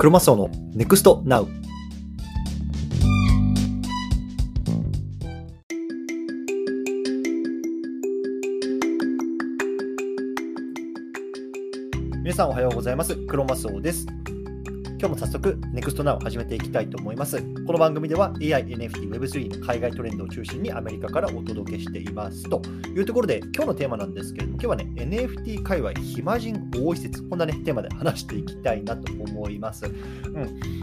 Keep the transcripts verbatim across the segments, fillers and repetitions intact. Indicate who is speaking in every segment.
Speaker 1: クロマスオのネクストナウ。皆さんおはようございます。クロマスオです。今日も早速ネクストナウ始めていきたいと思います。この番組では エーアイ、エヌエフティー、ウェブスリー の海外トレンドを中心にアメリカからお届けしていますというところで、今日のテーマなんですけれども、今日はね エヌエフティー 界隈暇人多い説、こんなねテーマで話していきたいなと思います。うん、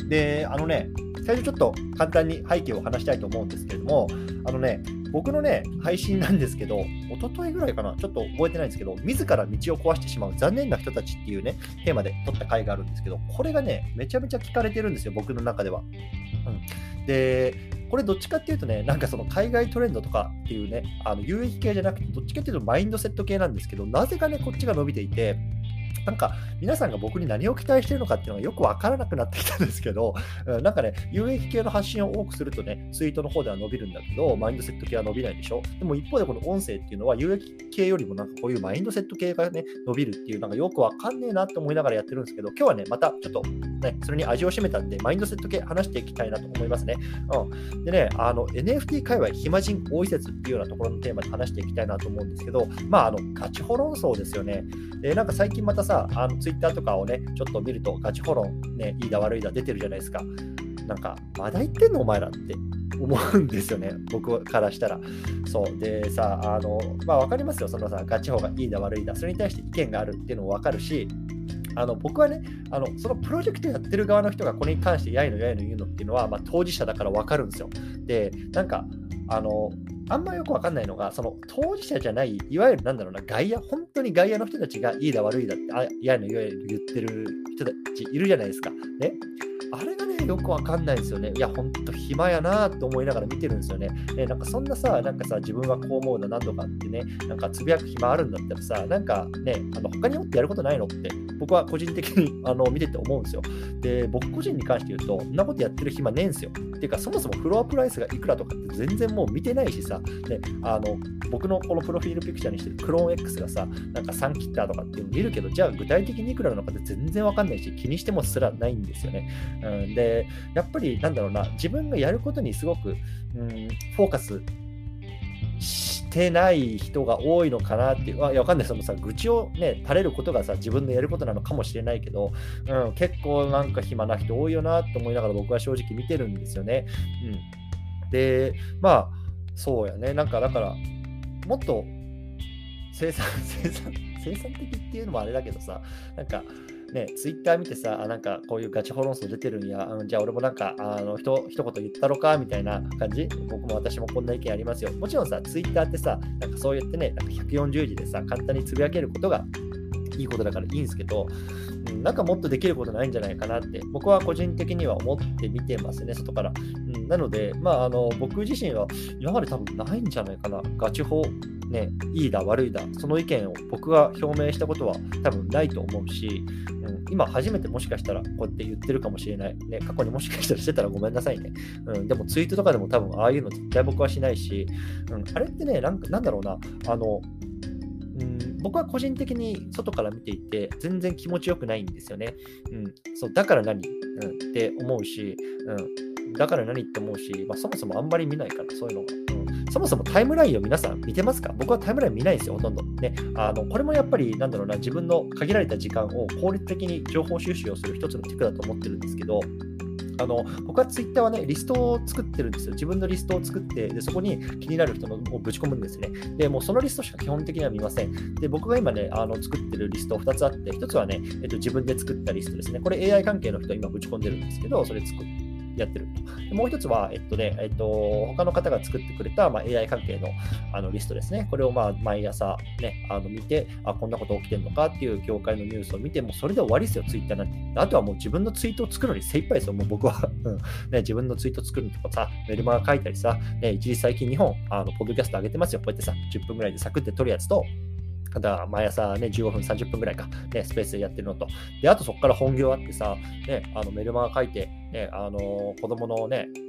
Speaker 1: であのね最初ちょっと簡単に背景を話したいと思うんですけれども、あのね僕のね配信なんですけど、一昨日ぐらいかな、ちょっと覚えてないんですけど、自ら道を壊してしまう残念な人たちっていうねテーマで撮った回があるんですけど、これがねめちゃめちゃ聞かれてるんですよ、僕の中では。うん、でこれどっちかっていうとね、なんかその海外トレンドとかっていうね、あの有益系じゃなくて、どっちかっていうとマインドセット系なんですけど、なぜかねこっちが伸びていて、なんか皆さんが僕に何を期待しているのかっていうのがよくわからなくなってきたんですけど、なんかね有益系の発信を多くするとねツイートの方では伸びるんだけど、マインドセット系は伸びないでしょ。でも一方でこの音声っていうのは有益系よりもなんかこういうマインドセット系がね伸びるっていう、なんかよくわかんねえなと思いながらやってるんですけど、今日はねまたちょっとねそれに味を占めたんでマインドセット系話していきたいなと思いますね。うん、でねあの エヌエフティー 界隈暇人多い説っていうようなところのテーマで話していきたいなと思うんですけど、まああのガチホ論争ですよね。でなんか最近またさ、あのツイッターとかをねちょっと見るとガチホ論ね、いいだ悪いだ出てるじゃないですか。なんかまだ言ってんのお前らって思うんですよね、僕からしたら。そうでさ、あのまあ分かりますよ、そのさガチホがいいだ悪いだ、それに対して意見があるっていうのも分かるし、あの僕はねあのそのプロジェクトやってる側の人がこれに関してやいのやいの言うのっていうのは、まあ、当事者だから分かるんですよ。でなんかあのあんまよくわかんないのが、その当事者じゃない、いわゆるなんだろうな、外野、本当に外野の人たちがいいだ悪いだって、あ、いやのいわゆる言ってる人たちいるじゃないですか。ね。あれがね、よくわかんないですよね。いや、ほんと暇やなと思いながら見てるんですよね。ね、なんかそんなさ、なんかさ、自分はこう思うな、何度かってね、なんかつぶやく暇あるんだったらさ、なんかね、あの他にもってやることないのって、僕は個人的にあの見てて思うんですよ。で、僕個人に関して言うと、そんなことやってる暇ねえんすよ。っていうか、そもそもフロアプライスがいくらとかって全然もう見てないしさ、ね、あの僕のこのプロフィールピクチャーにしてるクローン X がさ、なんかさん切ったとかっていうの見るけど、じゃあ具体的にいくらなのかって全然わかんないし、気にしてもすらないんですよね。うん、で、やっぱりなんだろうな、自分がやることにすごく、うん、フォーカスしてない人が多いのかなっていう、わかんない、そのさ、愚痴をね、垂れることがさ、自分のやることなのかもしれないけど、うん、結構なんか暇な人多いよなと思いながら僕は正直見てるんですよね。うん、で、まあ、そうやね、なんかだから、もっと生産、生産、生産的っていうのもあれだけどさ、なんか、ね、ツイッター見てさ、なんかこういうガチホ論争出てるんや、うん、じゃあ俺もなんかあのひと一言言ったろかみたいな感じ、僕も私もこんな意見ありますよ。もちろんさ、ツイッターってさ、なんかそう言ってね、なんかひゃくよんじゅうじでさ、簡単につぶやけることがいいことだからいいんですけど、うん、なんかもっとできることないんじゃないかなって、僕は個人的には思って見てますね、外から。うん、なので、まあ、あの僕自身は今まで多分ないんじゃないかな、ガチホ。ね、いいだ悪いだ、その意見を僕が表明したことは多分ないと思うし、うん、今初めてもしかしたらこうやって言ってるかもしれない、ね、過去にもしかしたらしてたらごめんなさいね、うん、でもツイートとかでも多分ああいうの絶対僕はしないし、うん、あれってね、なんかなんだろうな、あの、うん、僕は個人的に外から見ていて全然気持ちよくないんですよね。うん、そうだから何、うん、って思うし、うん、だから何って思うし、まあ、そもそもあんまり見ないからそういうのが。そもそもタイムラインを皆さん見てますか？僕はタイムライン見ないんですよ、ほとんど。ね、あのこれもやっぱり、なんだろうな、自分の限られた時間を効率的に情報収集をする一つのテクだと思ってるんですけど、あの僕はツイッターはね、リストを作ってるんですよ。自分のリストを作って、でそこに気になる人のをぶち込むんですね。で、もうそのリストしか基本的には見ません。で、僕が今ね、あの作ってるリストふたつあって、ひとつはね、えっと、自分で作ったリストですね。これ エーアイ 関係の人は今ぶち込んでるんですけど、それ作って。やってると。もう一つは、えっとね、えっと、他の方が作ってくれた、まあ、エーアイ 関係の、あのリストですね。これをまあ毎朝、ね、あの見て、あ、こんなこと起きてるのかっていう業界のニュースを見て、もうそれで終わりですよ、ツイッターなんて。あとはもう自分のツイートを作るのに精一杯ですよ、もう僕は。うんね、自分のツイート作るのとかさ、メルマガ書いたりさ、ね、一時最近にほん、あのポッドキャスト上げてますよ。こうやってさ、じゅっぷんぐらいでサクって撮るやつと、ただ毎朝ね、じゅうごふん、さんじゅっぷんぐらいか、ね、スペースでやってるのと、で、あとそこから本業あってさ、ね、あのメルマガ書いて、ね、あの子供のね、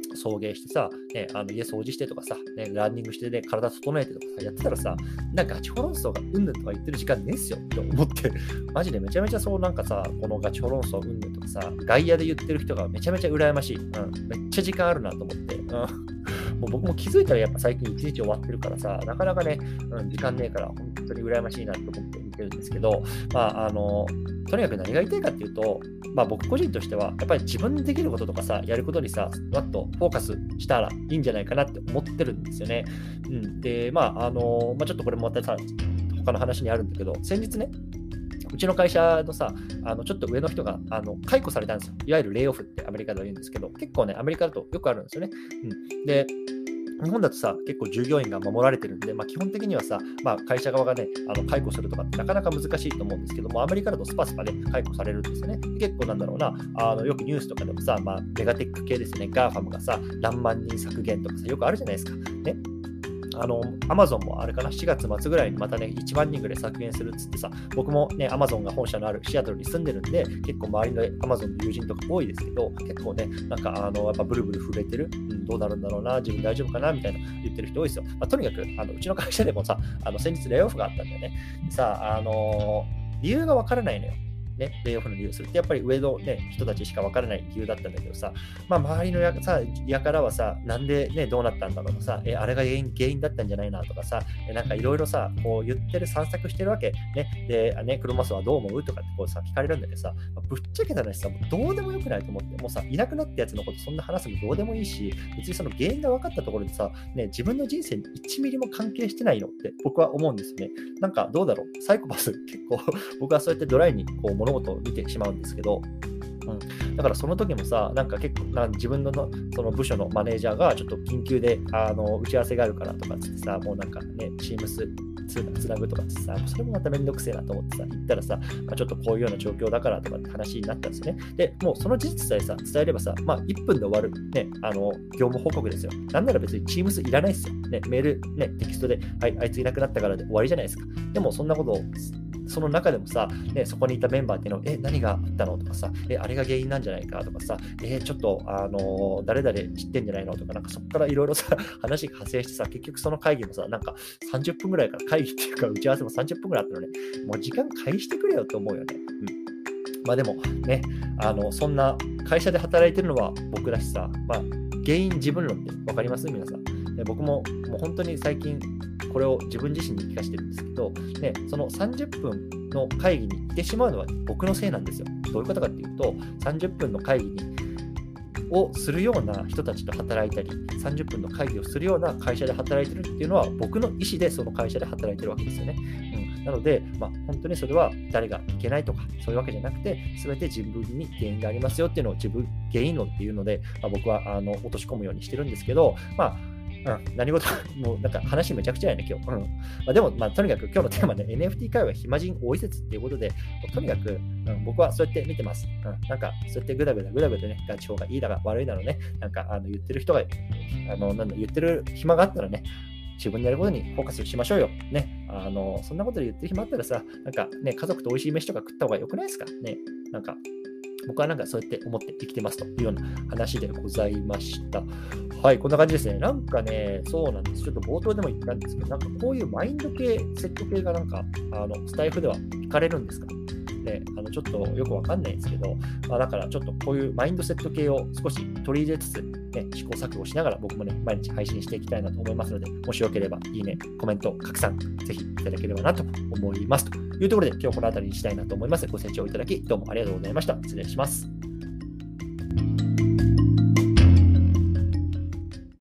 Speaker 1: 送迎してさ、ね、あの家掃除してとかさ、ね、ランニングしてね、体整えてとかさ、やってたらさ、なんかガチホロンソーがうんぬんとか言ってる時間ねえっすよって思って、マジでめちゃめちゃそうなんかさ、このガチホロンソーうんぬんとかさ、外野で言ってる人がめちゃめちゃ羨ましい。うん、めっちゃ時間あるなと思って。うん、もう僕も気づいたらやっぱ最近一日終わってるからさ、なかなかね、うん、時間ねえから本当に羨ましいなと思って見てるんですけど、まあ、あの、とにかく何が言いたいかっていうと、まあ僕個人としては、やっぱり自分でできることとかさ、やることにさ、わっとフォーカスしたらいいんじゃないかなって思ってるんですよね。うん。で、まあ、あの、まあちょっとこれもまたさ、他の話にあるんだけど、先日ね、うちの会社のさ、あのちょっと上の人があの解雇されたんですよ。いわゆるレイオフってアメリカでは言うんですけど、結構ね、アメリカだとよくあるんですよね。うん。で、日本だとさ、結構従業員が守られてるんで、まあ、基本的にはさ、まあ、会社側がね、あの解雇するとかってなかなか難しいと思うんですけども、アメリカだとスパスパね、解雇されるんですよね。結構なんだろうな、あのよくニュースとかでもさ、まあ、メガテック系ですね、ガーファムがさ、何万人削減とかさ、よくあるじゃないですか。ね。あの、アマゾンもあれかな、しがつ末ぐらいにまたね、いちまんにんぐらい削減するっつってさ、僕もね、アマゾンが本社のあるシアトルに住んでるんで、結構周りのアマゾンの友人とか多いですけど、結構ね、なんかあの、やっぱブルブル震えてる、うん、どうなるんだろうな、自分大丈夫かな、みたいな言ってる人多いですよ。まあ、とにかく、あの、うちの会社でもさ、あの、先日レイオフがあったんだよね。でさ、あのー、理由がわからないのよ。ね、レイオフの理由するってやっぱり上の、ね、人たちしか分からない理由だったんだけどさ、まあ、周りのやさやからはさ、なんで、ね、どうなったんだろうとさ、えあれが原因、原因だったんじゃないなとかさ、えなんかいろいろさ、こう言ってる、散策してるわけ、ね、で、ね、クロマスはどう思うとかってこうさ、聞かれるんだけどさ、まあ、ぶっちゃけた話さ、もうどうでもよくないと思って、もうさ、いなくなったやつのことそんな話すのどうでもいいし、別にその原因が分かったところでさ、ね、自分の人生にいちミリも関係してないのって僕は思うんですよね。なんかどうだろう、サイコパス結構僕はそうやってドライにこう物事を見てしまうんですけど、うん、だからその時もさ、なんか結構なん自分のその部署のマネージャーがちょっと緊急であの打ち合わせがあるからとかつってさ、もうなんかね、チームスつなぐとかってさ、それもまためんどくせえなと思ってさ、言ったらさ、まあ、ちょっとこういうような状況だからとかって話になったんですよね。で、もうその事実さえさ、伝えればさ、まあいっぷんで終わる、ね、あの、業務報告ですよ。なんなら別にチームスいらないですよ。ね、メール、ね、テキストで、はい、あいついなくなったからで終わりじゃないですか。でもそんなことを、その中でもさ、ね、そこにいたメンバーっていうのを、え、何があったのとかさ、え、あれが原因なんじゃないかとかさ、え、ちょっと、あのー、誰々知ってんじゃないのとか、なんかそこからいろいろさ、話が派生してさ、結局その会議もさ、なんかさんじゅっぷんぐらいから会議っていうか、打ち合わせもさんじゅっぷんぐらいあったのね、もう時間返してくれよって思うよね。うん。まあでもね、あの、そんな会社で働いてるのは僕だしさ、まあ、原因自分論って分かります皆さん。僕ももう本当に最近これを自分自身に聞かせてるんですけど、ね、そのさんじゅっぷんの会議に行ってしまうのは僕のせいなんですよ。どういうことかっていうと、さんじゅっぷんの会議にをするような人たちと働いたり、さんじゅっぷんの会議をするような会社で働いてるっていうのは僕の意思でその会社で働いてるわけですよね。うん、なので、まあ、本当にそれは誰がいけないとかそういうわけじゃなくて、全て自分に原因がありますよっていうのを自分原因論っていうので、まあ、僕はあの落とし込むようにしてるんですけど、まあうん、何事もうなんか話めちゃくちゃやね、今日。うんまあ、でも、まあ、とにかく今日のテーマね、エヌエフティー 界隈暇人多い説っていうことで、とにかく、うん、僕はそうやって見てます。うん、なんか、そうやってぐだぐだぐだぐだね、ガチ法がいいだが悪いだろうね、なんかあの言ってる人が、あのなんだ言ってる暇があったらね、自分でやることにフォーカスしましょうよ。ね。あの、そんなことで言ってる暇あったらさ、なんかね、家族と美味しい飯とか食った方が良くないですかね。なんか、僕はなんかそうやって思って生きてますというような話でございました。はい、こんな感じですね。なんかね、そうなんです。ちょっと冒頭でも言ったんですけど、なんかこういうマインド系、セット系がなんか、あの、スタイフでは聞かれるんですかね、あのちょっとよくわかんないんですけど、まあ、だからちょっとこういうマインドセット系を少し取り入れつつ、ね、試行錯誤しながら僕もね、毎日配信していきたいなと思いますので、もしよければいいね、コメント、拡散、ぜひいただければなと思います。というところで今日この辺りにしたいなと思います。ご清聴いただきどうもありがとうございました。失礼します。